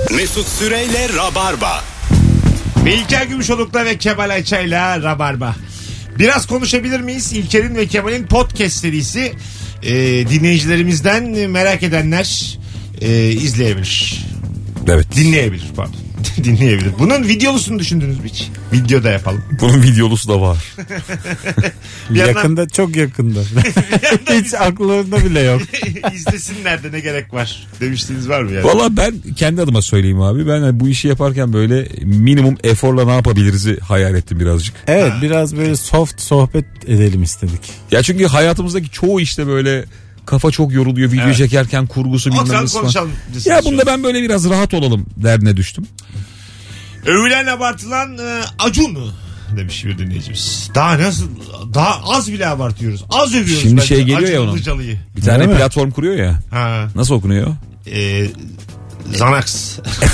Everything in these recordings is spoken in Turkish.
Mesut Süreyle Rabarba. İlker Gümüşoluk'la ve Kemal Ayça'yla Rabarba. Biraz konuşabilir miyiz? İlker'in ve Kemal'in podcast serisi. Dinleyicilerimizden merak edenler izleyebilir. Evet. Dinleyebilir pardon. Dinleyebilir. Bunun videolusunu düşündünüz mü hiç? Videoda yapalım. Bunun videolusu da var. Yakında, çok yakında. Hiç akllarında bile yok. İzlesinler de ne gerek var demiştiniz, var mı yani? Valla ben kendi adıma söyleyeyim abi. Ben bu işi yaparken böyle minimum eforla ne yapabiliriz'i hayal ettim birazcık. Evet, biraz böyle soft sohbet edelim istedik. Ya çünkü hayatımızdaki çoğu işte böyle kafa çok yoruluyor. Video çekerken kurgusu bilmem Oturalım nesi falan. konuşalım. Ya bunda ben böyle biraz rahat olalım derdine düştüm. Övülen abartılan Acun demiş bir dinleyicimiz. Daha az bile abartıyoruz. Az övüyoruz. Şimdi bence şey geliyor Acun ya onun. Ilıcalı'yı. Bir tane Değil mi? platform kuruyor ya. Ha. Nasıl okunuyor? Xanax.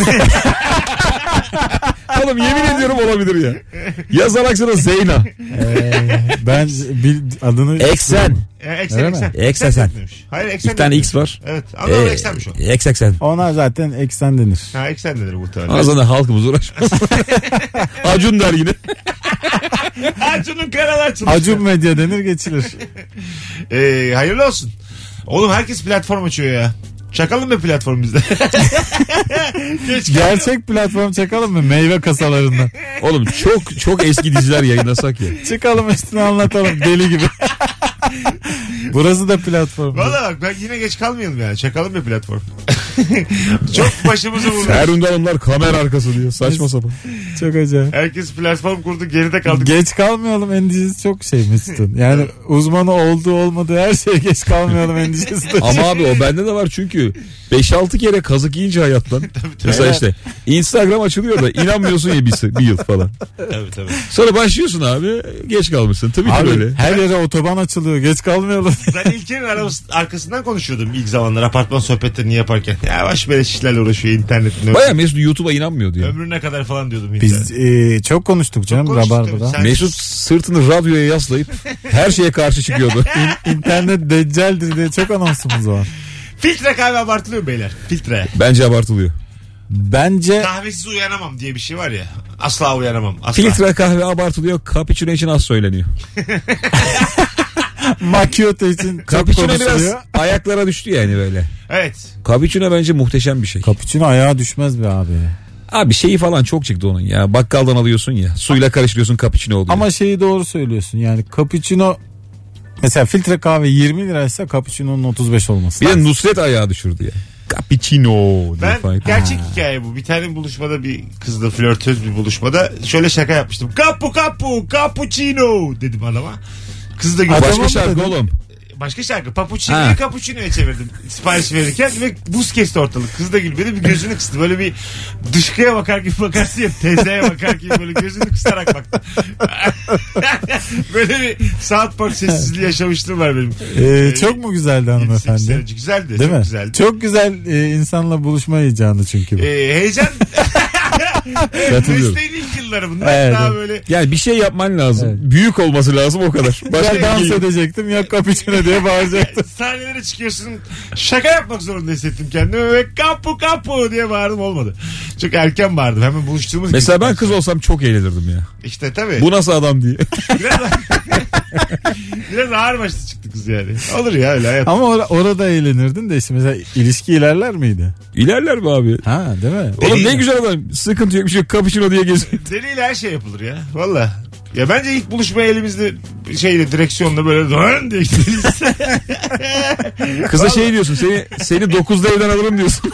Oğlum yemin ediyorum olabilir ya. Ya Zanax'ına Zeyna. Ben adını... Eksen. Eksen. Eksen. Hayır eksen. Bir tane X var. Evet. Ama eksenmiş o. Eksen. Ona zaten eksen denir. Ha, eksen denir muhtemelen. Ağzına halkımız uğraşmaz. Acun der yine. Acun'un kanalı açılmış. Acun Medya denir, geçilir. Hayırlı olsun. Oğlum herkes platform açıyor ya. Çakalım mı platform bizde? Gerçek platform çakalım mı? Meyve kasalarından. Oğlum çok eski diziler yayınlasak ya. Çıkalım üstüne anlatalım deli gibi. Burası da platform. Valla bak ben yine geç kalmayalım yani. Çakalım bir platform. Çok başımızı vurdu. Ferhunde Hanımlar kamera arkası diyor. Saçma sapan. Çok acayip. Herkes platform kurdu, geride kaldık. Geç kalmayalım endişesi çok şey Mesut'un. Yani uzmanı olduğu olmadığı her şeye geç kalmayalım endişesi de. Ama abi o bende de var çünkü 5-6 kere kazık yiyince hayattan. Mesela işte Instagram açılıyor da inanmıyorsun ya bir yıl falan. Tabii. Sonra başlıyorsun abi, geç kalmışsın. Tabii ki Abi, böyle. her yere otoban açılıyor, geç kalmayalım. Ben İlker'in arkasından konuşuyordum ilk zamanlar apartman sohbetlerini yaparken. Yavaş böyle işlerle uğraşıyor internetin. Baya Mesut YouTube'a inanmıyor diyor. Ömrüne kadar falan diyordum. Biz çok konuştuk canım Rabarba'da. Sen... Mesut sırtını radyoya yaslayıp her şeye karşı çıkıyordu. İnternet deccaldir diye çok anonsumuz var. Filtre kahve abartılıyor mu beyler? Filtre. Bence abartılıyor. Bence Kahvesiz uyanamam diye bir şey var ya. Asla uyanamam. Asla. Filtre kahve abartılıyor. Cappuccino için az söyleniyor. macchiato için çok Cappuccino biraz konuşuluyor. ayaklara düştü yani böyle. Evet. Cappuccino bence muhteşem bir şey. Cappuccino ayağa düşmez be abi. Abi şeyi falan çok çıktı onun ya. Bakkaldan alıyorsun ya. Suyla karıştırıyorsun cappuccino oluyor. Ama şeyi doğru söylüyorsun. Yani cappuccino mesela filtre kahve 20 liraysa cappuccino'nun 35 olması. Bir de Nusret ayağı düşürdü ya. Cappuccino diye Ben falan. gerçek hikaye bu. Bir tane buluşmada bir kızla flörtöz bir buluşmada şöyle şaka yapmıştım. Cappuccino dedim adama. Kız da gülüyor. Başka şarkı oğlum. Başka şarkı. Papuccino'yu cappuccino'ya çevirdim. Sipariş verirken ve buz kesti ortalık. Kız da gülmedi, bir gözünü kıstı. Böyle bir dışkıya bakar gibi bakarsın ya, teyzeye bakar gibi böyle gözünü kısarak baktı. Böyle bir South Park sessizliği yaşamışlığım var benim. Çok mu güzeldi hanımefendi? Güzeldi. Değil çok mi? güzeldi. Çok güzel insanla buluşma heyecanı çünkü bu. Heyecan. Katılıyorum. Mesleğin ilk yılları bunlar. Evet. Daha böyle. Yani bir şey yapman lazım. Evet. Büyük olması lazım, o kadar. Başka Ben bir dans şey yok. edecektim ya cappuccino diye bağıracaktım. Sahnelere çıkıyorsun. Şaka yapmak zorunda hissettim kendimi ve kapı diye bağırdım, olmadı. Çok erken bağırdım. Hemen buluştuğumuz Mesela gibi. ben kız olsam çok eğlenirdim ya. İşte tabii. Bu nasıl adam diye. Biraz ağır başlı çıktı kız yani. Olur ya öyle hayat. Ama orada eğlenirdin de işte mesela ilişki ilerler miydi? İlerler mi abi? Ha, değil mi? Oğlum ne güzel adam. Sıkıntı yok, bir şey yok. Cappuccino diye geziyor. Deliyle her şey yapılır ya. Valla. Ya bence ilk buluşmaya elimizde şeyle, direksiyonla böyle dön diye gideriz. Kıza şey diyorsun, seni 9'da evden alırım diyorsun.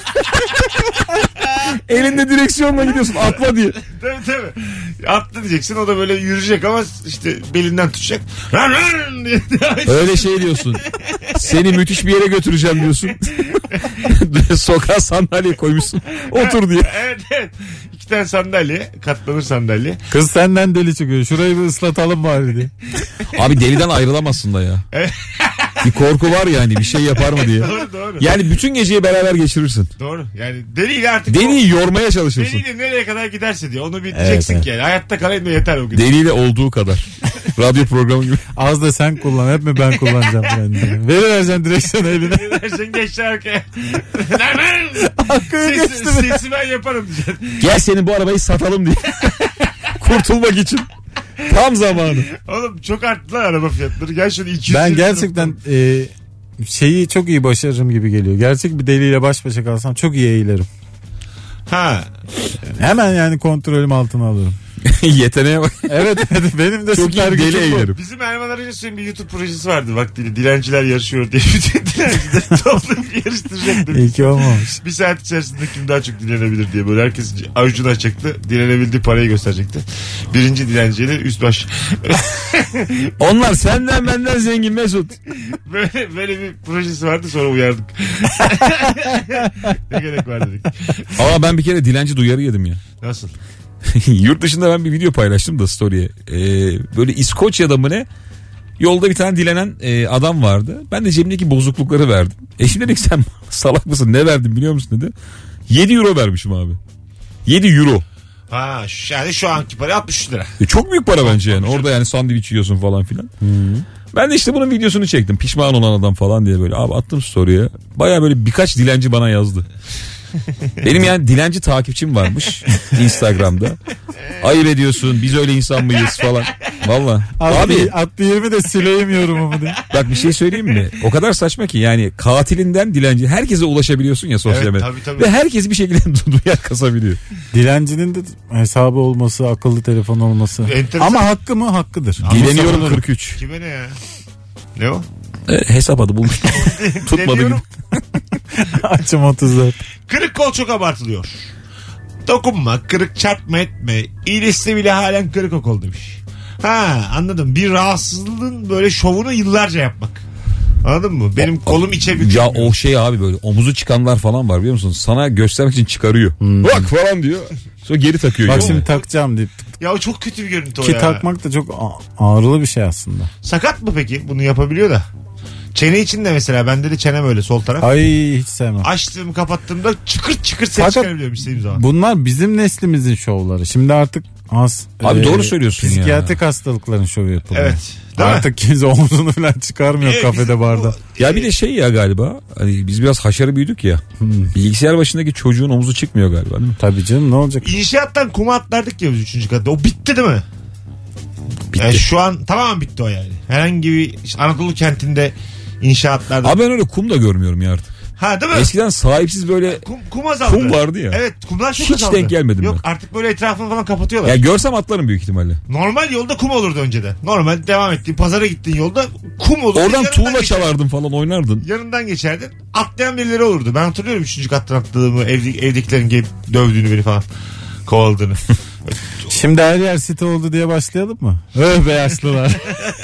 Elinde direksiyonla gidiyorsun, atla diye. Tabii. Atla diyeceksin, o da böyle yürüyecek ama işte belinden tutacak. Diye. Öyle şey diyorsun. Seni müthiş bir yere götüreceğim diyorsun. Sokağa sandalye koymuşsun. Otur diye. Evet. 2 tane sandalye, katlanır sandalye. Kız senden deli çıkıyor. Şurayı bir ıslatalım bari diye. Abi deliden ayrılamazsın da ya. Bir korku var yani bir şey yapar mı diye. Doğru. Yani bütün geceyi beraber geçirirsin. Doğru. Yani deliyle artık Deliyi yormaya çalışırsın. deliyle nereye kadar giderse diye onu bir diyeceksin ki yani. Hayatta kalayım da yeter o gün. Deliyle olduğu kadar. Radyo programı gibi. Az da sen kullan, hep mi ben kullanacağım yani. Verivereceksin direksiyonu eline. Dersin geçti arkaya. Arkaya geçti mi? Sesi ben yaparım diyeceksin. Gel senin bu arabayı satalım diye. Kurtulmak için. Tam zamanı. Oğlum çok arttılar araba fiyatları. Gel şunu 200 Ben lira gerçekten şeyi çok iyi başarırım gibi geliyor. Gerçek bir deliyle baş başa kalsam çok iyi eğilirim. Ha. Hemen yani kontrolüm altına alırım. Yeteneğe bak. Evet benim de Çok süper iyi deli gücüm bu. eğlerim. Bizim Erman Arıcı'nın bir YouTube projesi vardı vaktiyle. Dilenciler yarışıyor diye. Bütün dilencileri toplayıp yarıştıracaktı. İyi ki olmamış. Bir saat içerisinde kim daha çok dilenebilir diye böyle herkes avucunu açacaktı. Dilenebildiği parayı gösterecekti. Birinci dilenciyle üst baş. Onlar senden benden zengin Mesut. Böyle bir projesi vardı, sonra uyardık. Ne gerek var dedik. Ama ben bir kere dilenci duyarı yedim ya. Nasıl? Yurt dışında ben bir video paylaştım da story'e. Böyle İskoçya'da mı ne? Yolda bir tane dilenen adam vardı. Ben de cebimdeki bozuklukları verdim. Eşim dedi ki sen salak mısın, ne verdin biliyor musun dedi. 7 euro vermişim abi. 7 euro. Ha yani şu anki para 60 lira. Çok büyük para bence yani. Orada yani sandviç yiyorsun falan filan. Ben de işte bunun videosunu çektim. Pişman olan adam falan diye böyle. Abi attım story'e. Baya böyle birkaç dilenci bana yazdı. Benim yani dilenci takipçim varmış Instagram'da. Ayıp ediyorsun, biz öyle insan mıyız falan. Valla. Abi Attı 20 de sileyim yorumumu diye. bak bir şey söyleyeyim mi? O kadar saçma ki yani katilinden dilenci herkese ulaşabiliyorsun ya sosyal Evet, medyada. tabii. Ve herkes bir şekilde duyar kasabiliyor. Dilencinin de hesabı olması, akıllı telefon olması. Enteresan. Ama hakkı mı? Hakkıdır. Dileniyorum Ama 43. Kime ne ya? Ne o? Hesap adı bulmuştum. Tutmadı gibi. Deniyorum. Açım 34. Kırık kol çok abartılıyor. Dokunma, kırık çarpma etme. İyileşse bile halen kırık o kol demiş. Ha anladım. Bir rahatsızlığın böyle şovunu yıllarca yapmak. Anladın mı? Benim kolum içe bükülmüyor. Ya o şey abi böyle omuzu çıkanlar falan var biliyor musun? Sana göstermek için çıkarıyor. Bak falan diyor. Sonra geri takıyor. Bak yani. şimdi takacağım deyip. Ya o çok kötü bir görüntü o Ki ya. takmak da çok ağrılı bir şey aslında. Sakat mı peki? Bunu yapabiliyor da. Çene için de mesela. Bende de çenem öyle, sol taraf. Ay hiç sevmem. Açtığımı kapattığımda çıkır çıkır ses Fakat çıkarabiliyorum istediğim zaman. Bunlar bizim neslimizin şovları. Şimdi artık az Abi doğru söylüyorsun ya. psikiyatrik hastalıkların şovu yapılıyor. Evet. Değil mi? Artık kimse omzunu falan çıkarmıyor Evet, kafede bizim barda. Ya bir de şey ya galiba hani biz biraz haşarı büyüdük ya. Bilgisayar başındaki çocuğun omuzu çıkmıyor galiba değil mi? Tabii canım, ne olacak? İnşaattan kuma atlardık ya biz 3. katta. O bitti değil mi? Bitti. Yani şu an tamamen bitti o yani. Herhangi bir Anadolu kentinde inşaatlarda. Abi ben öyle kum da görmüyorum ya artık. Ha değil mi? Eskiden sahipsiz böyle Kum azaldı. kum vardı ya. Evet, kumlar çok Hiç azaldı. denk gelmedim Yok ben. artık böyle etrafını falan kapatıyorlar. Ya görsem atlarım büyük ihtimalle. Normal yolda kum olurdu önceden. Normal devam ettiğin pazara gittiğin yolda kum olurdu. Oradan Yanından tuğla geçerdin. çalardın falan oynardın. Yanından geçerdin. Atlayan birileri olurdu. Ben hatırlıyorum 3. kattan atladığımı, evdekilerin gelip dövdüğünü beni falan kovaladığını. Şimdi her yer site oldu diye başlayalım mı? Be yaşlılar.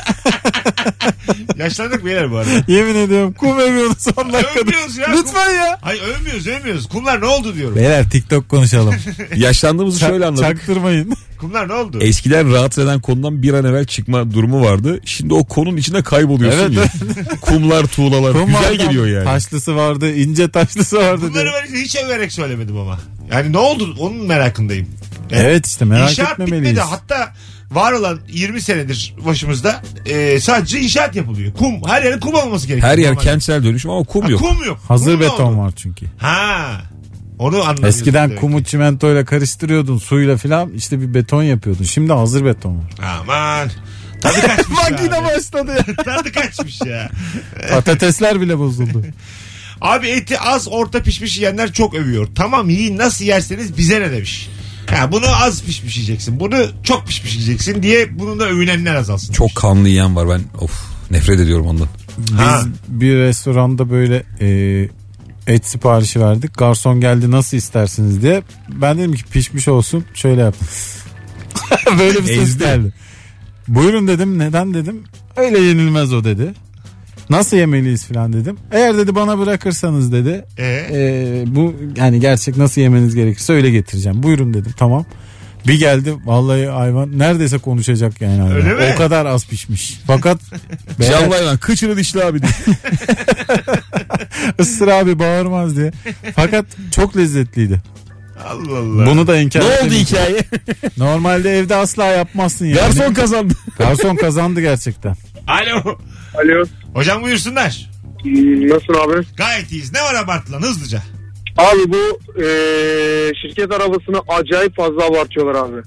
Yaşlandık beyler bu arada. Yemin ediyorum kum emiyoruz son dakikada. Övmüyoruz ya. Lütfen ya. Hayır övmüyoruz. Kumlar ne oldu diyorum. Beyler TikTok konuşalım. Yaşlandığımızı şöyle anladık. Çaktırmayın. Kumlar ne oldu? Eskiden rahatsız eden konudan bir an evvel çıkma durumu vardı. Şimdi o konunun içinde kayboluyorsun Evet, ya. Kumlar, tuğlalar. Kum Güzel vardı, geliyor yani. Taşlısı vardı, ince taşlısı vardı. Bunları ben hiç överek söylemedim ama. Yani ne oldu onun merakındayım. Yani Evet işte merak İnşaat etmemeliyiz. bitmedi. Hatta var olan 20 senedir başımızda sadece inşaat yapılıyor. Kum. Her yerin kum olması gerekiyor. Her yer Normalde. kentsel dönüşüm ama kum Ha, yok. kum yok. Hazır Kum ne beton oldu? var çünkü. Ha. Onu anlamıyorum. Eskiden demek kumu ki. çimentoyla karıştırıyordun, suyla filan işte bir beton yapıyordun. Şimdi hazır beton var. Aman. Tadı kaçmış Bak ya yine abi. başladı ya. Tadı kaçmış ya. Patatesler bile bozuldu. Abi eti az orta pişmiş yiyenler çok övüyor. Tamam yiyin, nasıl yerseniz bize ne demiş. Ha, bunu az pişmiş yiyeceksin. Bunu çok pişmiş yiyeceksin diye bununla övünenler azalsın. Çok kanlı yiyen var, ben nefret ediyorum ondan. Ha. Biz bir restoranda böyle et siparişi verdik. Garson geldi, nasıl istersiniz diye. Ben dedim ki pişmiş olsun. Şöyle yaptım. Böyle bir ses Ezdi. geldi. Buyurun dedim. Neden dedim. Öyle yenilmez o dedi. Nasıl yemeliyiz falan dedim. Eğer dedi bana bırakırsanız dedi. Bu yani gerçek nasıl yemeniz gerekirse öyle getireceğim. Buyurun dedim. Tamam. Bir geldi vallahi hayvan neredeyse konuşacak yani. Hayvan. Öyle mi? O kadar az pişmiş. Fakat Canlı hayvan kıçını dişli abi diye. ısır abi bağırmaz diye. Fakat çok lezzetliydi. Allah Allah. Bunu da inkar Ne oldu edemeyeceğim. hikaye? Normalde evde asla yapmazsın yani. Garson kazandı. Garson kazandı gerçekten. Alo. Alo. Hocam buyursunlar. Nasılsın abi? Gayet iyiyiz. Ne var abartılan hızlıca? Abi bu şirket arabasını acayip fazla abartıyorlar abi.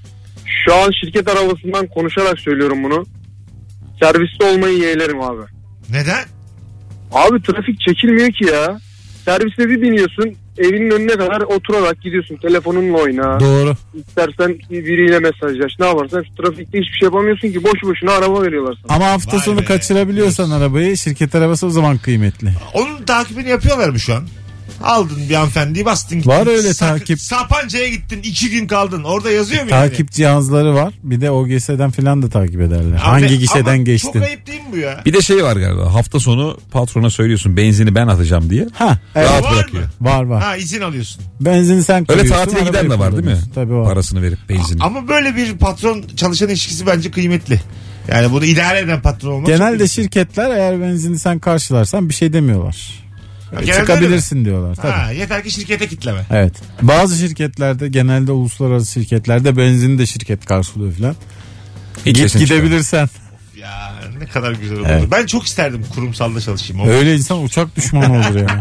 Şu an şirket arabasından konuşarak söylüyorum bunu. Serviste olmayı yeğlerim abi. Neden? Abi trafik çekilmiyor ki ya. Serviste bir biniyorsun, evinin önüne kadar oturarak gidiyorsun. Telefonunla oyna. Doğru. İstersen biriyle mesajlaş. Ne yaparsan şu trafikte hiçbir şey yapamıyorsun ki. Boşu boşuna araba veriyorlar sana. Ama hafta Vay sonu be. kaçırabiliyorsan arabayı, şirket arabası o zaman kıymetli. Onun takibini yapıyorlar mı şu an? Aldın bir hanımefendiyi bastın gittin. Var öyle takip. Sapanca'ya gittin 2 gün kaldın. Orada yazıyor mu? Takip cihazları var. Bir de OGS'den filan da takip ederler. Hangi gişeden ama geçtin? Çok ayıp değil mi bu ya? Bir de şey var galiba. Hafta sonu patrona söylüyorsun benzini ben atacağım diye. Ha, evet. Rahat Var bırakıyor. mı? Var var. Ha izin alıyorsun. Benzini sen Öyle koyuyorsun. tatile giden arabayı de var değil mi? kullanıyorsun. Tabii var. Parasını verip benzini. Ama böyle bir patron çalışan ilişkisi bence kıymetli. Yani bunu idare eden patron olmak çok Genelde iyi. şirketler eğer benzini sen karşılarsan bir şey demiyorlar. Genelde Çıkabilirsin diyorlar. Tabii. Ha, yeter ki şirkete kitleme. Evet. Bazı şirketlerde genelde uluslararası şirketlerde benzini de şirket karşılıyor filan. Hiç Git sesini gidebilirsen. Ya ne kadar güzel olur. Evet. Ben çok isterdim kurumsalda çalışayım. Ama. Öyle insan uçak düşmanı olur ya.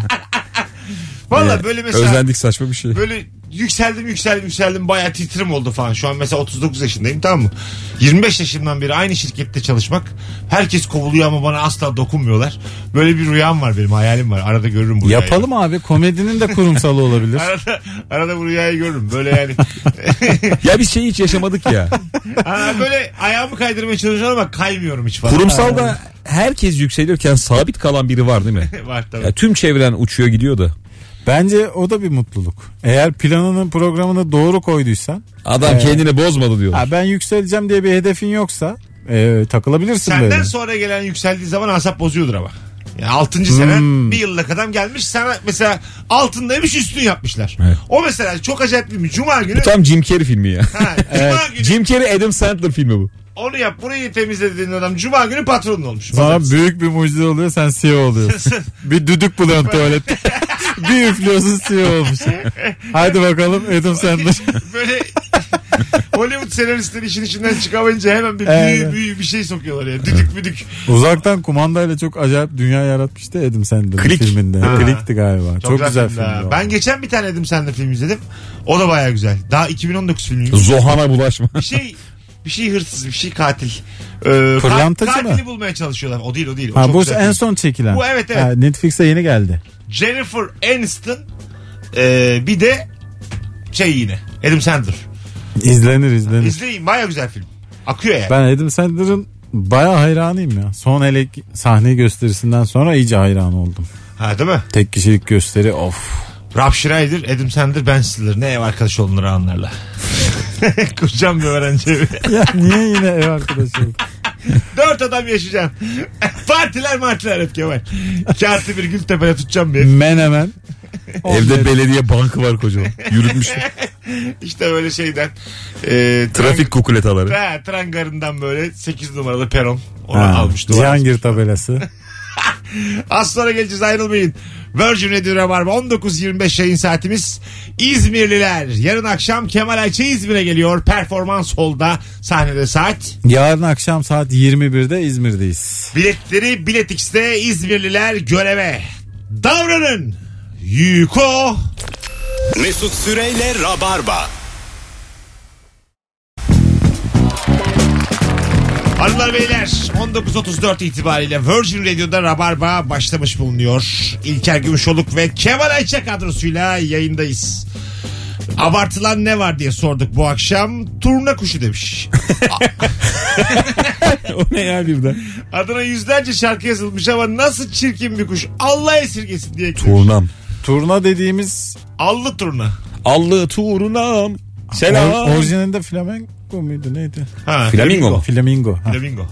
Valla böyle mesela Özendik saçma bir şey. böyle yükseldim bayağı titrim oldu falan. Şu an mesela 39 yaşındayım, tamam mı? 25 yaşımdan beri aynı şirkette çalışmak. Herkes kovuluyor ama bana asla dokunmuyorlar. Böyle bir rüyam var benim, hayalim var. Arada görürüm bu rüyayı. Yapalım abi. Komedinin de kurumsalı olabilir. Arada bu rüyayı görürüm. Böyle yani. Ya biz şeyi hiç yaşamadık ya. Böyle ayağımı kaydırmaya çalışıyorum ama kaymıyorum hiç falan. Kurumsalda herkes yükselirken sabit kalan biri var değil mi? Var tabii. Ya tüm çevren uçuyor gidiyor da. Bence o da bir mutluluk. Eğer planının programını doğru koyduysan. Adam kendini bozmadı diyor. Ha, ben yükseleceğim diye bir hedefin yoksa takılabilirsin Senden böyle. sonra gelen yükseldiği zaman asap bozuyordur ama. Yani 6. sene bir yıllık adam gelmiş, sana mesela altındaymış üstün yapmışlar. Evet. O mesela çok acayip bir Cuma günü. Bu tam Jim Carrey filmi ya. Ha, Cuma günü Jim Carrey Adam Sandler filmi bu. onu yap burayı temizle dediğin adam Cuma günü patronun olmuş. Sana büyük bir mucize oluyor, sen CEO oluyorsun. Bir düdük buluyorsun tuvalette. Bir üflüyorsun CEO olmuş. Haydi bakalım Adam Sandler. Böyle Hollywood senaristleri işin içinden çıkamayınca hemen bir Evet. büyü bir şey sokuyorlar ya. Düdük müdük. Uzaktan kumandayla çok acayip dünya yaratmıştı Adam Sandler'ın Klik. filminde. Ha. Klikti galiba. Çok güzel filmdi ha. film. Ben geçen bir tane Adam Sandler film izledim. O da baya güzel. Daha 2019 filmi. Zohan'a bulaşma. Bir şey hırsız, bir şey katil. Pırlantacı katili mı? bulmaya çalışıyorlar. O değil. O Ha, çok bu güzel en film. son çekilen. Bu evet. Ha, Netflix'e yeni geldi. Jennifer Aniston bir de yine Adam Sandler. İzlenir. İzleyin, baya güzel film. Akıyor yani. Ben Adam Sandler'ın bayağı hayranıyım ya. Son hele sahne gösterisinden sonra iyice hayran oldum. Ha, değil mi? Tek kişilik gösteri of. Rob Schneider, Adam Sandler, Ben Stiller. Ne ev arkadaş olunur anlarla. Kuracağım bir öğrenci evi. Ya niye yine ev arkadaşı oldun? 4 adam yaşayacaksın. Partiler hep Kemal. 2 artı bir Gültepe'de tutacağım bir ev. Menemen. Evde belediye bankı var kocaman. Yürütmüş. İşte böyle şeyden. Trafik kukuletaları. Tren garından böyle 8 numaralı peron. Onu Ha, almış. Cihangir tabelası. Az sonra geleceğiz, ayrılmayın. Virgin Radio Rabarba 19.25 yayın saatimiz. İzmirliler yarın akşam Kemal Ayça İzmir'e geliyor. Performans Hall'da sahnede saat. Yarın akşam saat 21'de İzmir'deyiz. Biletleri Bilet X'te. İzmirliler göreve davranın. Yuko. Mesut Süreyle Rabarba. Hanımlar beyler, 19.34 itibariyle Virgin Radio'da Rabarba başlamış bulunuyor. İlker Gümüşoluk ve Kemal Ayça kadrosuyla yayındayız. Abartılan ne var diye sorduk bu akşam. Turna kuşu demiş. O ne ya birden? Adına yüzlerce şarkı yazılmış ama nasıl çirkin bir kuş. Allah esirgesin diye eklemiş. Turnam. Turna dediğimiz Allı turna. Allı turnam. Selam. orijinalinde flamenco muydu neydi? Ha, Flamingo mu? Flamingo. Ha. Flamingo.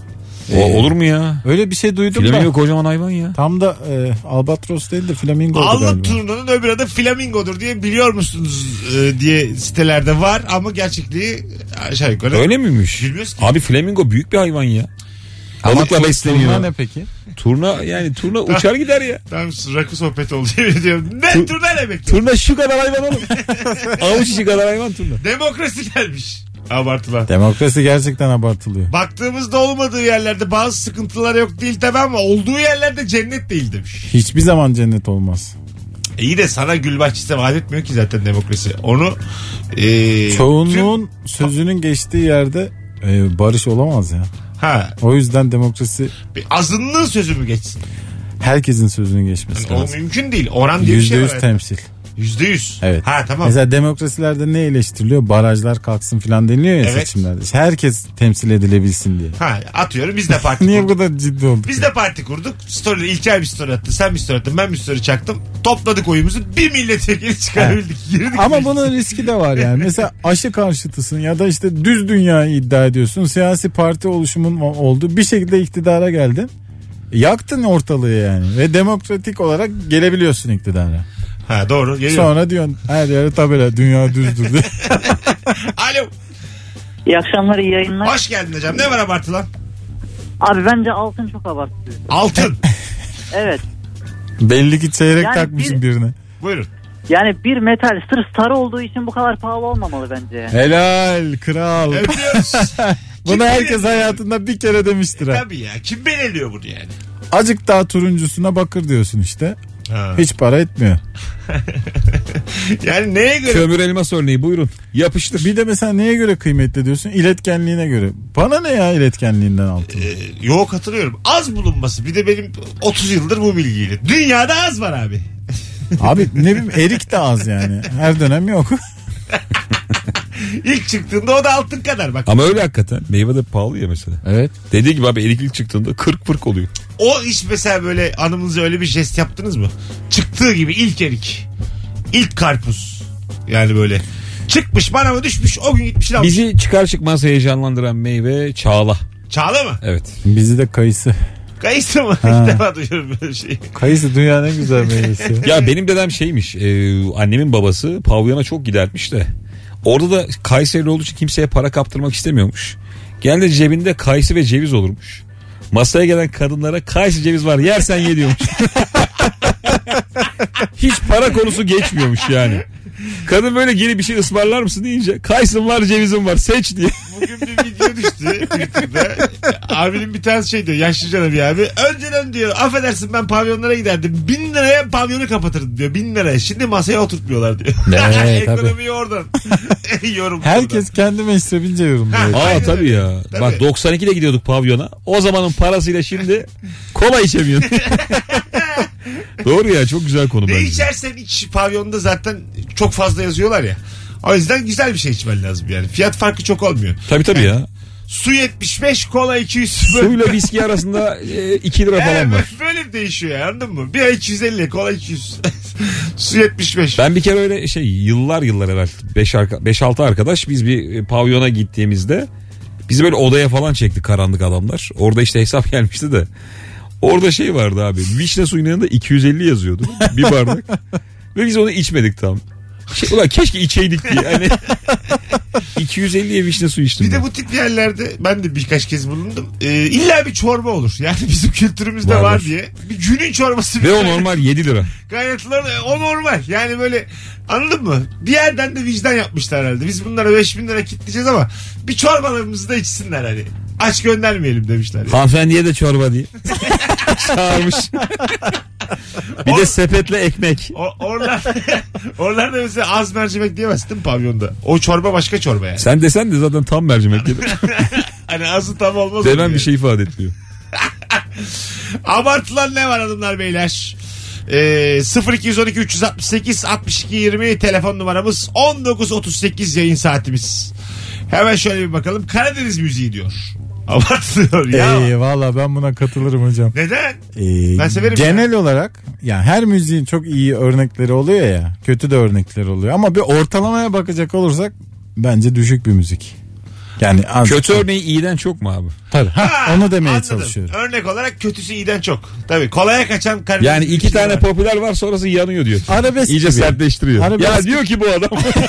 Olur mu ya? Öyle bir şey duydum Flamingo da. kocaman hayvan ya. Tam da albatros değil de flamingo Allık galiba. turnunun öbür adı flamingodur diye biliyor musunuz diye sitelerde var ama gerçekliği aşağı yukarı. Öyle miymiş? Bilmiyoruz ki. Abi flamingo büyük bir hayvan ya. Balıkla Turna besleniyor. ne peki? Turna uçar gider ya. Tam rakı sohbeti oldu yemin diyorum. Ne turna ne bekliyor? Turna şu kadar hayvan oğlum. Avuç içi kadar hayvan turna. Demokrasi gelmiş. Abartılan. Demokrasi gerçekten abartılıyor. Baktığımızda olmadığı yerlerde bazı sıkıntılar yok değil tabi ama olduğu yerlerde cennet değil demiş. Hiçbir zaman cennet olmaz. İyi de sana gül bahçesi vaat etmiyor ki zaten demokrasi. Onu çoğunluğun sözünün geçtiği yerde barış olamaz ya. O yüzden demokrasi azınlığın sözü mü geçsin? Herkesin sözünün geçmesi Yani o lazım. mümkün değil. Oran diye bir şey var. %100 temsil. %100. Evet. Tamam. Mesela demokrasilerde ne eleştiriliyor? Barajlar kalksın falan deniliyor ya Evet. seçimlerde. Herkes temsil edilebilsin diye. Atıyorum biz de parti Niye kurduk. bu kadar ciddi olduk? Biz de parti kurduk. Story, İlker bir story attı. Sen bir story attın. Ben bir story çaktım. Topladık oyumuzu. Bir milletvekili çıkarabildik. Girdik. Ama bunun riski de var yani. Mesela aşı karşıtısın ya da işte düz dünyayı iddia ediyorsun. Siyasi parti oluşumun oldu. Bir şekilde iktidara geldin. Yaktın ortalığı yani. Ve demokratik olarak gelebiliyorsun iktidara. Doğru. Geliyor. Sonra diyorsun her yere tabela dünya düzdür diye. Alo. İyi akşamlar, iyi yayınlar. Hoş geldin hocam. Ne var abartılan? Abi bence altın çok abartılıyor. Altın. Evet. Belli ki çeyrek Yani takmışsın birine. Buyurun. Yani bir metal sırf sarı olduğu için bu kadar pahalı olmamalı bence. Helal kral. Öpüyoruz. Bunu herkes hayatında bir kere demiştir ha. Tabii ya. Kim belirliyor bunu yani? Azıcık daha turuncusuna bakır diyorsun işte. Hiç para etmiyor. Yani neye göre? Kömür elmas örneği buyurun. Yapıştır. Bir de mesela neye göre kıymetli diyorsun? İletkenliğine göre. Bana ne ya iletkenliğinden altın? Yok katılıyorum. Az bulunması. Bir de benim 30 yıldır bu bilgiyle. Dünyada az var abi. Abi ne bileyim erik de az yani. Her dönem yok. İlk çıktığında o da altın kadar bak. Ama öyle hakikaten. Meyve de pahalı ya mesela. Evet. Dediği gibi abi erik ilk çıktığında 40 40 oluyor. O iş mesela böyle anımızda öyle bir jest yaptınız mı? Çıktığı gibi ilk erik. İlk karpuz. Yani böyle. Çıkmış bana mı düşmüş o gün gitmiş almış. Bizi çıkar çıkmaz heyecanlandıran meyve çağla. Çağla mı? Evet. Bizi de kayısı. Kayısı mı? İlk defa duyuyorum böyle şeyi. Kayısı dünyanın en güzel meyvesi. Ya benim dedem şeymiş. Annemin babası pavyona çok gidermiş de. Orada da Kayseri olduğu için kimseye para kaptırmak istemiyormuş. Genelde cebinde kayısı ve ceviz olurmuş. Masaya gelen kadınlara kayısı ceviz var yersen ye diyormuş. Hiç para konusu geçmiyormuş yani. Kadın böyle geri bir şey ısmarlar mısın deyince kayısım var cevizim var seç diye. Bugün bir video düştü Twitter'da. Abinin bir tanesi şey diyor. Yaşlıca bir abi. Önceden diyor affedersin ben pavyonlara giderdim. 1000 liraya pavyonu kapatırdım diyor. 1000 liraya. Şimdi masaya oturtmuyorlar diyor. Ekonomiyi oradan. Yorum. Herkes kendi meşrebince yorumluyor. Aa tabii ya. Tabii. Bak 92'de gidiyorduk pavyona. O zamanın parasıyla şimdi kola içemiyorsun. Doğru ya çok güzel konu Ne bence. içersen iç pavyonda zaten çok fazla yazıyorlar ya. O yüzden güzel bir şey içmen lazım yani. Fiyat farkı çok olmuyor. Tabii ya. Su 75, kola 200. Suyla viski arasında 2 lira falan var. Böyle değişiyor ya, anladın mı? Bir 250, kola 200. Su 75. Ben bir kere öyle yıllar evvel 5-6 arkadaş biz bir pavyona gittiğimizde bizi böyle odaya falan çekti karanlık adamlar. Orada işte hesap gelmişti de. Orada vardı abi. Vişne suyunun yanında 250 yazıyordu. Bir bardak. Ve biz onu içmedik tam. Ulan keşke içeydik diye. Yani 250'ye vişne suyu içtim. Bir ben. de bu tip yerlerde ben de birkaç kez bulundum. İlla bir çorba olur. Yani bizim kültürümüzde var diye. Bir günün çorbası. Ve o normal 7 lira. Kaynatılan o normal. Yani böyle anladın mı? Bir yerden de vicdan yapmışlar herhalde. Biz bunlara 5000 lira kitleyeceğiz ama bir çorbalarımızı da içsinler hani. Aç göndermeyelim demişler. Yani. Hanımefendiye de çorba diye. Çağırmış. Bir de sepetle ekmek. Oralarda mesela az mercimek diyemezsin değil mi pavyonda? O çorba başka çorba yani. Sen desen de zaten tam mercimek gibi. Hani azı tam olmaz. Demem yani. bir şey ifade etmiyor. Abartılan ne var hanımlar beyler? 0212 368 62 20 telefon numaramız, 19.38 yayın saatimiz. Hemen şöyle bir bakalım. Karadeniz müziği diyor. Abartılıyor ya. Valla ben buna katılırım hocam. Neden? Ben severim. Genel olarak yani her müziğin çok iyi örnekleri oluyor ya. Kötü de örnekleri oluyor. Ama bir ortalamaya bakacak olursak bence düşük bir müzik. Yani Kötü örneği iyiden çok mu abi? Tabii. Ha, Onu demeye anladım. çalışıyorum. Örnek olarak kötüsü iyiden çok. Tabii kolaya kaçan Karadeniz. Yani iki bir şey tane var. popüler var sonrası yanıyor diyor. Arabesk İyice gibi. sertleştiriyor. Arabesk Ya gibi. diyor ki bu adam.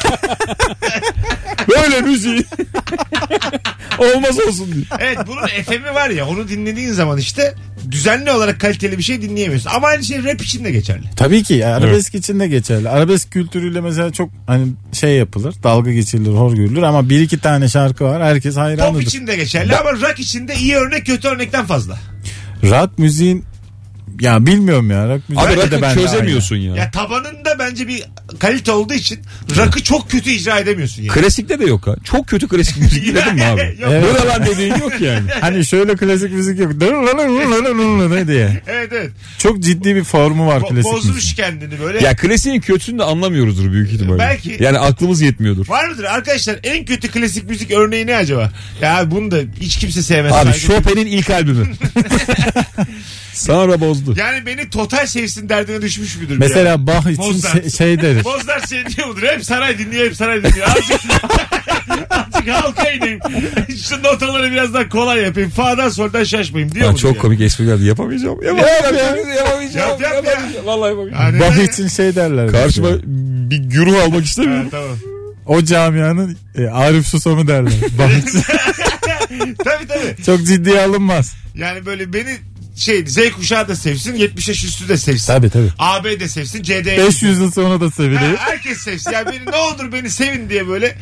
Böyle müziği. Olmaz olsun diyor. Evet bunun FM'i var ya onu dinlediğin zaman işte düzenli olarak kaliteli bir şey dinleyemiyorsun. Ama aynı şey rap için de geçerli. Tabii ki yani arabesk için de geçerli. Arabesk kültürüyle mesela çok hani şey yapılır, dalga geçirilir, hor görülür ama bir iki tane şarkı var herkes Pop hayranıdır. için de geçerli ama rock için de iyi örnek kötü örnekten fazla. Rock müziğin ya bilmiyorum ya rock müziği Abi de rock'ı bence çözemiyorsun ya. Ya tabanında bence bir kalite olduğu için rock'ı çok kötü icra edemiyorsun yani. Klasikte de yok ha. Çok kötü klasik müzik dinledin mi abi? Yok. Evet. Böyle lan dediğin yok yani. aynı. Hani şöyle klasik müzik yok. Ne diye. Evet. Çok ciddi bir formu var klasik Bozmuş müziğin. kendini böyle. Ya klasiğin kötüsünü de anlamıyoruzdur büyük ihtimalle. Belki. Yani aklımız yetmiyordur. Var mıdır arkadaşlar en kötü klasik müzik örneği ne acaba? Ya bunu da hiç kimse sevmez. Abi Saygı duyuyorum. Chopin'in ilk albümü. Sonra bozdu. Yani beni total sevsin derdine düşmüş müdür? Mesela ya? Bach için Mozart. şey deriz. Mozart şey diyor mudur? Hep saray dinliyor, hep saray dinliyor. Azıcık halka ineyim. Şu notaları biraz daha kolay yapayım. Fa'dan soldan şaşmayayım diyor Ben mudur çok yani? komik esprilerdi yapamayacağım. Yapamayacağım. Yap ya. Vallahi yapamayacağım. Yani Bach ne? için şey derler. Karşıma mesela. bir güruh almak Ha, istemiyorum. tamam. O camianın Arif Susam'ı derler. Bach için. Tabii. Çok ciddiye alınmaz. Yani böyle beni Z kuşağı da sevsin, 70 yaş üstü de sevsin. Tabii. AB de sevsin, CD 500 yıl sonra da sevilir. herkes sevsin. Yani beni ne olur beni sevin diye böyle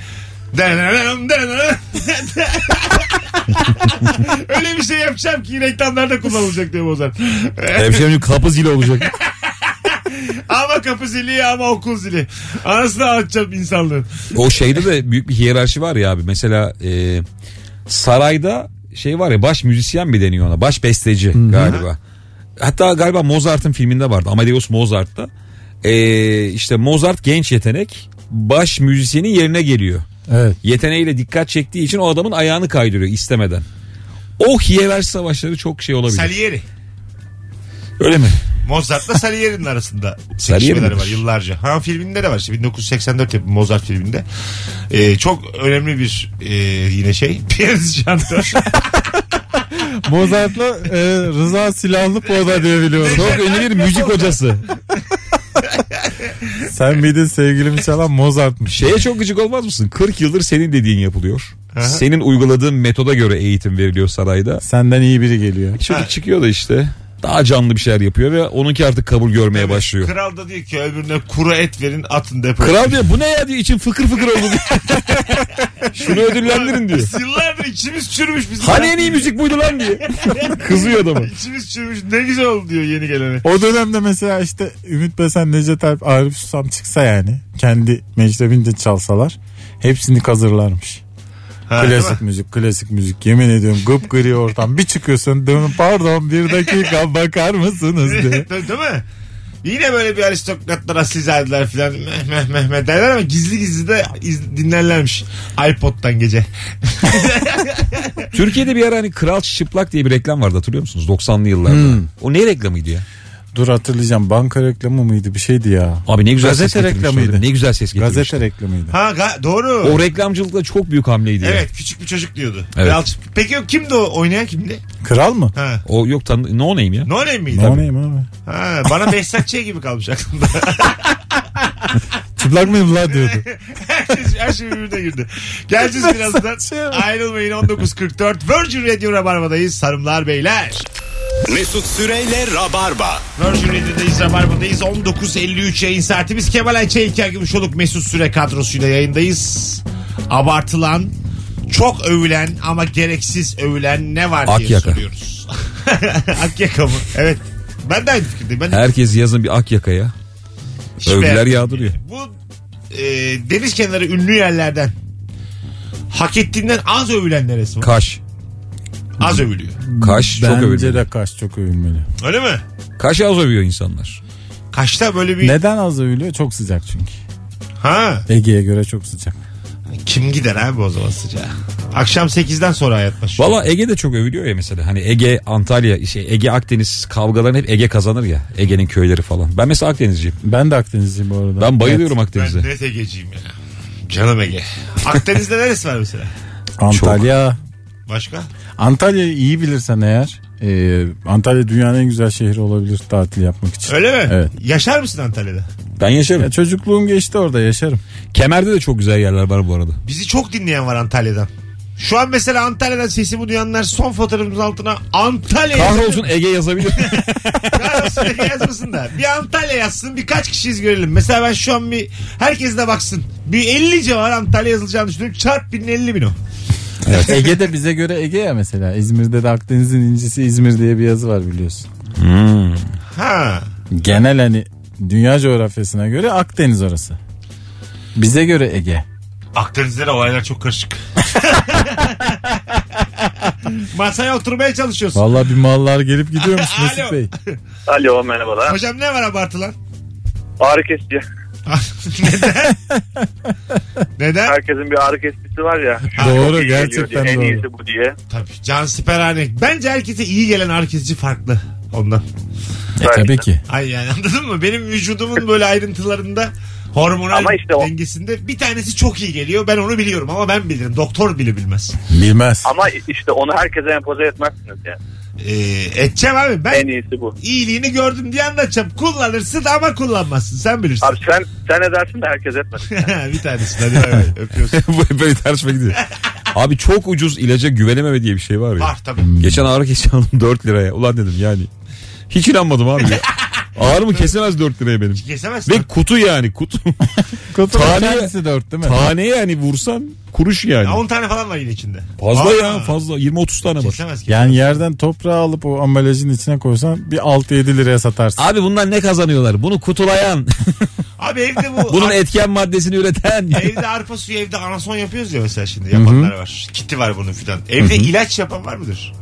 öyle bir şey yapacağım ki reklamlarda kullanılacak diye Mozart. Hemşehrim kapı zili olacak. Ama kapı zili ama okul zili. Anasını anlatacağım insanlığın. O şeyde de büyük bir hiyerarşi var ya abi. Mesela sarayda şey var ya, baş müzisyen mi deniyor ona? Baş besteci galiba. Hatta galiba Mozart'ın filminde vardı. Amadeus Mozart'ta. İşte Mozart genç yetenek. Baş müzisyenin yerine geliyor. Evet. Yeteneğiyle dikkat çektiği için o adamın ayağını kaydırıyor istemeden. O hiyerarşi savaşları çok şey olabilir. Salieri. Öyle mi? Mozart'la Salieri'nin arasında Salieri çekişmeleri midir? var yıllarca. Ha filminde de var işte 1984 yapımı Mozart filminde. Çok önemli bir yine piyanist şantör. Mozart'la Rıza Silahlıpoğda diye biliyorum. Çok ünlü bir müzik hocası. Sen miydin sevgilimi çalan Mozart'mış. Şeye çok gıcık olmaz mısın? 40 yıldır senin dediğin yapılıyor. Senin uyguladığın metoda göre eğitim veriliyor sarayda. Senden iyi biri geliyor. Çocuk çıkıyor da işte daha canlı bir şeyler yapıyor ve onunki artık kabul görmeye başlıyor. Kral da diyor ki öbürüne kuru et verin atın depoya. Kral diyor bu ne ya diyor, içim fıkır fıkır oldu diyor. Şunu ödüllendirin diyor. Biz yıllardır içimiz çürümüş bizim. Hani en iyi müzik buydu lan diye. Kızıyor adamı. İçimiz çürümüş ne güzel oldu diyor yeni gelene. O dönemde mesela işte Ümit Besen, Necdet Alp, Arif Susam çıksa yani kendi meşrebince çalsalar hepsini kazırlarmış. Ha, Klasik müzik yemin ediyorum gıpgri ortam bir çıkıyorsun pardon bir dakika bakar mısınız diye. Değil mi? Yine böyle bir aristokratlar, asilzadeler filan meh derler ama gizli de dinlerlermiş iPod'dan gece. Türkiye'de bir ara hani Kral Çıplak diye bir reklam vardı, hatırlıyor musunuz? 90'lı yıllarda. O ne reklamıydı ya? Dur hatırlayacağım, banka reklamı mıydı bir şeydi ya. Abi ne güzel Gazete ses getirmişler. reklamıydı. Ne güzel ses getirmişler. Gazete reklamıydı. Ha doğru. O reklamcılıkta çok büyük hamleydi. Evet küçük bir çocuk diyordu. Evet. Peki kimdi o oynayan kimdi? Kral mı? Ha. O yok no name ya. No Name miydi? Ne olayım abi? Ha, bana Behzatçı'ya gibi kalmış aklımda. Çıplak mıyım la diyordu. Her şey birbirine girdi. Geleceğiz birazdan. Ayrılmayın 19.44 Virgin Radio Rabarba'dayız hanımlar beyler. Mesut Süreyle Rabarba. Virgin Radio'dayız, Rabarba'dayız. 19.53 yayın saatimiz. Kemal Ayça, İlker Gümüşoluk, Mesut Süre kadrosuyla yayındayız. Abartılan, çok övülen ama gereksiz övülen ne var diye Akyaka. soruyoruz. Akyaka mı? Evet. Ben de aynı fikirdeyim. Ben de Herkes yazın bir Akyaka'ya. hiç Övgüler beğenmedim. yağdırıyor. Bu deniz kenarı ünlü yerlerden hak ettiğinden az övülen neresi var? Kaş. Az övülüyor. Kaş çok Bence övülüyor. de Kaş çok övülmeli. Öyle mi? Kaş az övüyor insanlar. Kaş'ta böyle bir... Neden az övülüyor? Çok sıcak çünkü. Ha. Ege'ye göre çok sıcak. Kim gider abi o zaman sıcağa? Akşam 8'den sonra hayat başlıyor. Valla Ege'de çok övülüyor ya mesela. Hani Ege, Antalya, Ege, Akdeniz kavgalarını hep Ege kazanır ya. Ege'nin köyleri falan. Ben mesela Akdenizciyim. Ben de Akdenizliyim bu arada. Ben bayılıyorum Ben Akdeniz'e. net Ege'ciyim ya. Canım Ege. Akdeniz'de neresi var mesela? Antalya. Başka? Antalya'yı iyi bilirsen eğer Antalya dünyanın en güzel şehri olabilir tatil yapmak için. Öyle mi? Evet. Yaşar mısın Antalya'da? Ben yaşarım. Ya çocukluğum geçti orada, yaşarım. Kemer'de de çok güzel yerler var bu arada. Bizi çok dinleyen var Antalya'dan. Şu an mesela Antalya'dan sesimi duyanlar son fotoğrafımızın altına Antalya Kahrolsun Ege yazabilir. Kahrolsun Ege yazmasın da. Bir Antalya yazsın, birkaç kişiyiz görelim. Mesela ben şu an herkes de baksın. Bir 50 var Antalya yazılacağını düşünüyorum. Çarp 1050.000 o. Evet. Ege de bize göre Ege ya mesela. İzmir'de de Akdeniz'in incisi İzmir diye bir yazı var biliyorsun. Ha. Genel hani dünya coğrafyasına göre Akdeniz orası. Bize göre Ege. Akdeniz'de de olaylar çok karışık. Masaya oturmaya çalışıyorsun. Vallahi bir mallar gelip gidiyormuş Mesut Alo. Bey. Alo, merhabalar. Hocam ne var abartılan? Ağrı kesici. Neden? Neden? Herkesin bir ağrı kesicisi var ya. Doğru, Çok iyi geliyor gerçekten diye, en doğru. iyisi bu diye. Tabii. Cansiperhane. Bence herkese iyi gelen ağrı kesici farklı ondan. Tabii ki. Ay yani anladın mı? Benim vücudumun böyle ayrıntılarında hormonal Ama işte o- dengesinde bir tanesi çok iyi geliyor. Ben onu biliyorum ama ben bilirim. Doktor bile bilmez. Bilmez. Ama işte onu herkese empoze etmezsiniz yani. Edeceğim abi. En Ben iyisi bu. iyiliğini gördüm diye anlatacağım. Kullanırsın ama kullanmazsın. Sen bilirsin. Abi sen edersin de herkes etmesin. Bir tanesi. Hadi bay bay. Öpüyorsun. Bu böyle tartışma gidiyor. Abi çok ucuz ilaca güvenememe diye bir şey var ya. Var tabii. Geçen ağrı kesici aldım 4 liraya. Ulan dedim yani. Hiç inanmadım abi ya. Ağrımı kesemez 4 liraya benim. Kesemezsin. Ve kutu yani kutu. Kutunun Tane- kendisi 4 değil mi? Taneye yani vursan kuruş yani. Ya 10 tane falan var yine içinde. Fazla Aa. ya fazla 20-30 tane var. Kesemez. Yani yerden toprağı alıp o ambalajın içine koysan bir 6-7 liraya satarsın. Abi bundan ne kazanıyorlar? Bunu kutulayan, Abi evde bu bunun etken maddesini üreten. evde arpa suyu, evde anason yapıyoruz ya mesela şimdi. Yapanlar var. Kiti var bunun filan. Evde ilaç yapan var mıdır?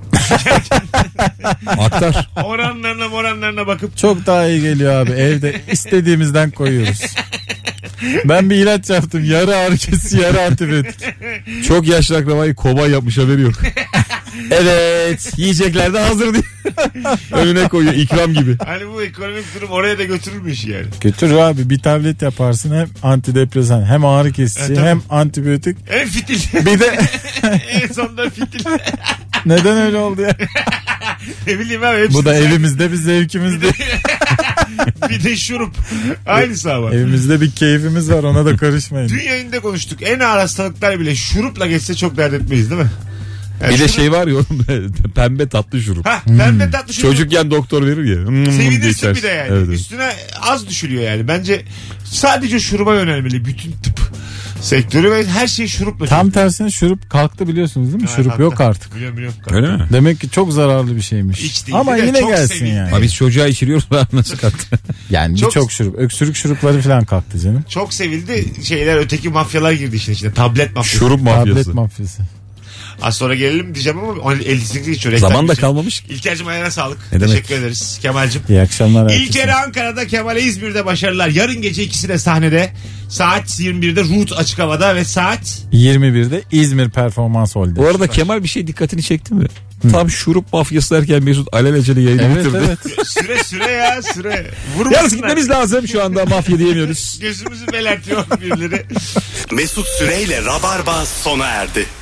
Aktar. Oranlarına bakıp Çok daha iyi geliyor abi. Evde istediğimizden koyuyoruz. Ben bir ilaç yaptım. Yarı ağrı kesici, yarı antibiyotik. Çok yaşlı akrabayı kobay yapmış haberi yok. Evet yiyecekler de hazır diye. Önüne koyuyor ikram gibi. hani bu ekonomik durum oraya da götürür mü işi yani? Götür abi, bir tablet yaparsın, hem antidepresan hem ağrı kesici tabii. hem antibiyotik. En fitil. Bir de En sonunda fitil. neden öyle oldu ya? Ne bileyim abi. hepsi Bu da sen- evimizde bir zevkimizde. Bir de şurup. Aynısı ama. Evimizde bir keyfimiz var, ona da karışmayın. Dün yayında konuştuk. En ağır hastalıklar bile şurupla geçse çok dert etmeyiz değil mi? Yani Bir de şurup- şey var ya oğlum, pembe tatlı şurup. Hah, pembe tatlı şurup. Çocukken doktor verir ya. diye Sevinirsin içersin. bir de yani. Evet, evet. Üstüne az düşülüyor yani. Bence sadece şuruba yönelmeli bütün tıp sektörü ve her şey şurupla. Tam tersine şurup kalktı biliyorsunuz değil mi? Ha, Şurup kalktı. yok artık. Biliyorum. Öyle mi? Demek ki çok zararlı bir şeymiş. Hiç değil. Ama Bir de yine çok gelsin sevildi. yani. Abi biz çocuğa içiriyoruz ben nasıl kalktı? Yani Çok- birçok şurup. Öksürük şurupları falan kalktı canım. Çok sevildi. Şeyler öteki mafyalar girdi işin içine. Tablet mafyası. Şurup Tablet mafyası. mafyası. Az sonra gelelim diyeceğim ama 58 geçiyor. Zaman da kalmamış ki. İlker'cim ayağına sağlık. Ne demek? Teşekkür ederiz Kemal'cim. İyi akşamlar. İlker'e Ankara'da, Kemal'e İzmir'de başarılar. Yarın gece ikisi de sahnede. Saat 21'de Root açık havada ve saat 21'de İzmir Performans Hall'de. Bu arada Kemal bir şey dikkatini çekti mi? Tam şurup mafyası derken Mesut alelacele yayını Evet bitirdi. evet. süre ya süre. Yalnız Vurmasınlar. gitmemiz lazım şu anda mafya diyemiyoruz. Gözümüzü belertiyor birileri. Mesut Süreyle Rabarba sona erdi.